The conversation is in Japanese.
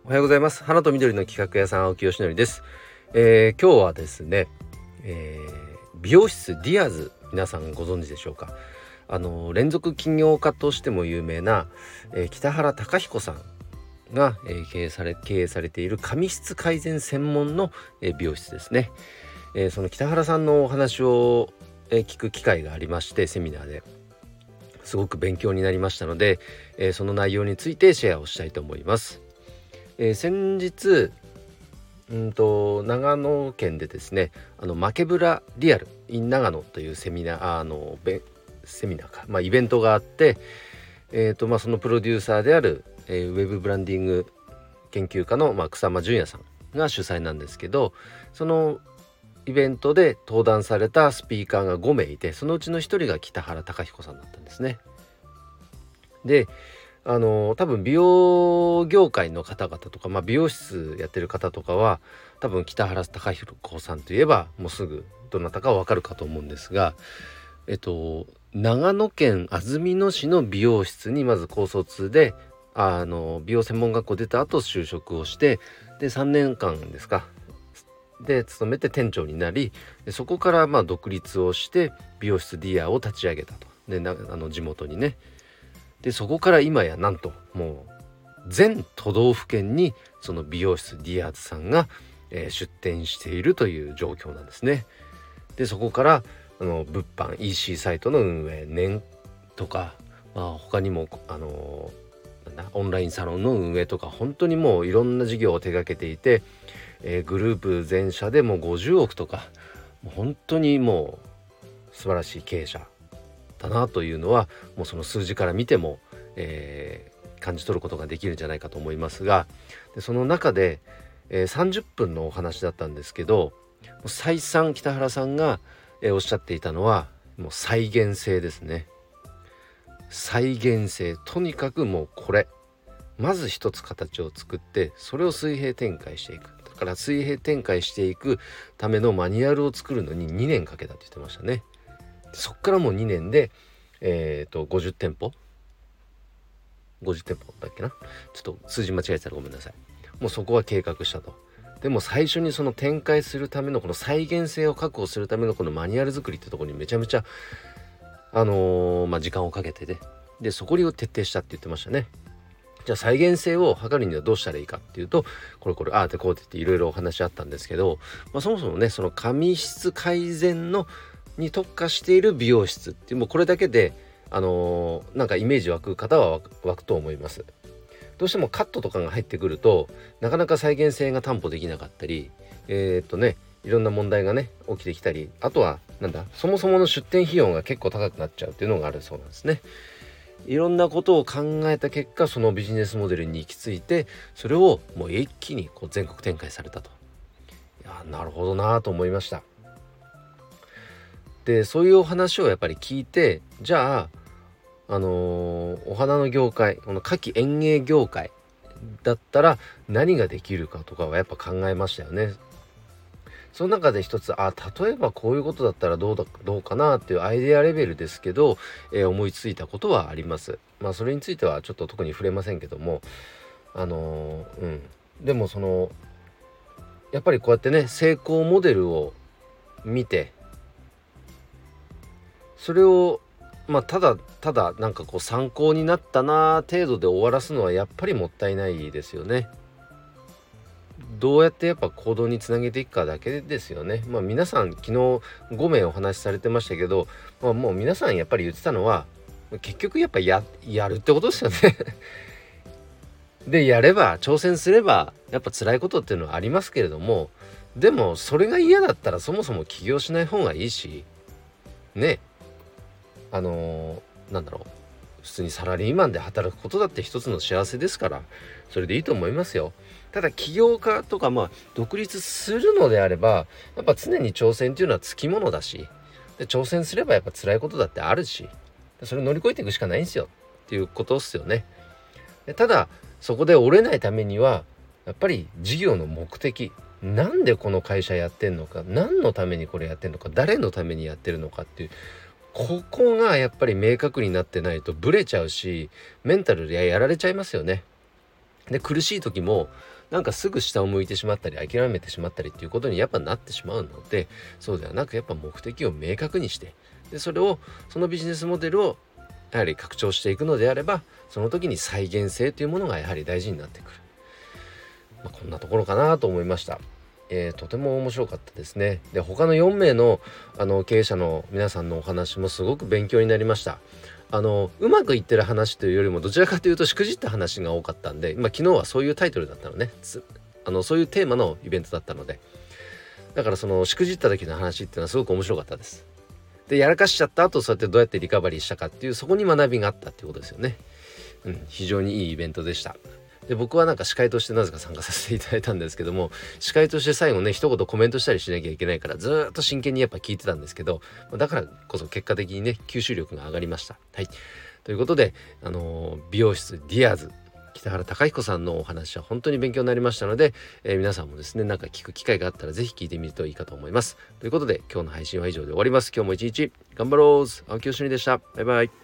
おはようございます。花と緑の企画屋さん、青木よしのりです。今日はですね、美容室ディアーズ、皆さんご存知でしょうか。連続起業家としても有名な、北原貴彦さんが、経営されている髪質改善専門の、美容室ですね。その北原さんのお話を、聞く機会がありまして、セミナーですごく勉強になりましたので、その内容についてシェアをしたいと思います。先日長野県でですね、マケブラリアル in 長野というセミナーか、イベントがあって、そのプロデューサーである、ウェブブランディング研究家の、草間淳也さんが主催なんですけど、そのイベントで登壇されたスピーカーが5名いて、そのうちの1人が北原貴彦さんだったんですね。で多分美容業界の方々とか、美容室やってる方とかは多分北原貴彦さんといえばもうすぐどなたかわかるかと思うんですが、長野県安曇野市の美容室にまず高卒で美容専門学校出た後就職をして、で3年間ですかで勤めて店長になり、そこから独立をして美容室ディアを立ち上げたと。で地元にね。でそこから今やなんともう全都道府県にその美容室ディアーズさんが、出店しているという状況なんですね。でそこから物販 EC サイトの運営年とか、他にもオンラインサロンの運営とか、本当にもういろんな事業を手掛けていて、グループ全社でもう50億とか、本当にもう素晴らしい経営者だなというのはもうその数字から見ても、感じ取ることができるんじゃないかと思いますが、でその中で、30分のお話だったんですけど、再三北原さんが、おっしゃっていたのはもう再現性ですね。再現性、とにかくもうこれまず一つ形を作ってそれを水平展開していく。だから水平展開していくためのマニュアルを作るのに2年かけたって言ってましたね。そっからもう2年で50店舗だっけな、ちょっと数字間違えてたらごめんなさい。もうそこは計画したと。でも最初にその展開するためのこの再現性を確保するためのこのマニュアル作りってところにめちゃめちゃ時間をかけてでそこを徹底したって言ってましたね。じゃあ再現性を測るにはどうしたらいいかっていうと、これああでこうっていろいろお話あったんですけど、そもそもね、その髪質改善に特化している美容室っていう、もうこれだけでなんかイメージ湧く方は湧くと思います。どうしてもカットとかが入ってくるとなかなか再現性が担保できなかったり、いろんな問題がね起きてきたり、あとはそもそもの出店費用が結構高くなっちゃうっていうのがあるそうなんですね。いろんなことを考えた結果、そのビジネスモデルに行き着いて、それをもう一気に全国展開されたと。いや、なるほどなと思いました。でそういうお話をやっぱり聞いて、じゃあお花の業界、この夏季園芸業界だったら何ができるかとかはやっぱ考えましたよね。その中で一つ、例えばこういうことだったらどうかなっていうアイデアレベルですけど、思いついたことはあります。それについてはちょっと特に触れませんけども、でもやっぱりこうやってね、成功モデルを見て、それをただ参考になったな程度で終わらすのはやっぱりもったいないですよね。どうやってやっぱ行動につなげていくかだけですよね。皆さん昨日5名お話しされてましたけど、もう皆さんやっぱり言ってたのは結局やっぱやるってことですよねでやれば挑戦すればやっぱ辛いことっていうのはありますけれども、でもそれが嫌だったらそもそも起業しない方がいいしね。普通にサラリーマンで働くことだって一つの幸せですから、それでいいと思いますよ。ただ起業家とか独立するのであれば、やっぱ常に挑戦っていうのはつきものだし、で挑戦すればやっぱ辛いことだってあるし、それ乗り越えていくしかないんですよっていうことですよね。でただそこで折れないためにはやっぱり事業の目的、なんでこの会社やってんのか、何のためにこれやってんのか、誰のためにやってるのかっていう、ここがやっぱり明確になってないとブレちゃうし、メンタルでやられちゃいますよね。で苦しい時もなんかすぐ下を向いてしまったり諦めてしまったりっていうことにやっぱなってしまうので、そうではなくやっぱ目的を明確にして、でそのビジネスモデルをやはり拡張していくのであれば、その時に再現性というものがやはり大事になってくる。こんなところかなと思いました。とても面白かったですね。で他の4名の経営者の皆さんのお話もすごく勉強になりました。うまくいってる話というよりもどちらかというとしくじった話が多かったんで、昨日はそういうタイトルだったのね。そういうテーマのイベントだったので、だからそのしくじった時の話っていうのはすごく面白かったです。でやらかしちゃった後、そうやってどうやってリカバリーしたかっていう、そこに学びがあったっていうことですよね。非常にいいイベントでした。で僕はなんか司会としてなぜか参加させていただいたんですけども、司会として最後ね一言コメントしたりしなきゃいけないからずっと真剣にやっぱ聞いてたんですけど、だからこそ結果的にね吸収力が上がりました。はい、ということで、美容室ディアーズ北原貴彦さんのお話は本当に勉強になりましたので、皆さんもですねなんか聞く機会があったらぜひ聞いてみるといいかと思います。ということで今日の配信は以上で終わります。今日も一日頑張ろう。青木よしのりでした。バイバイ。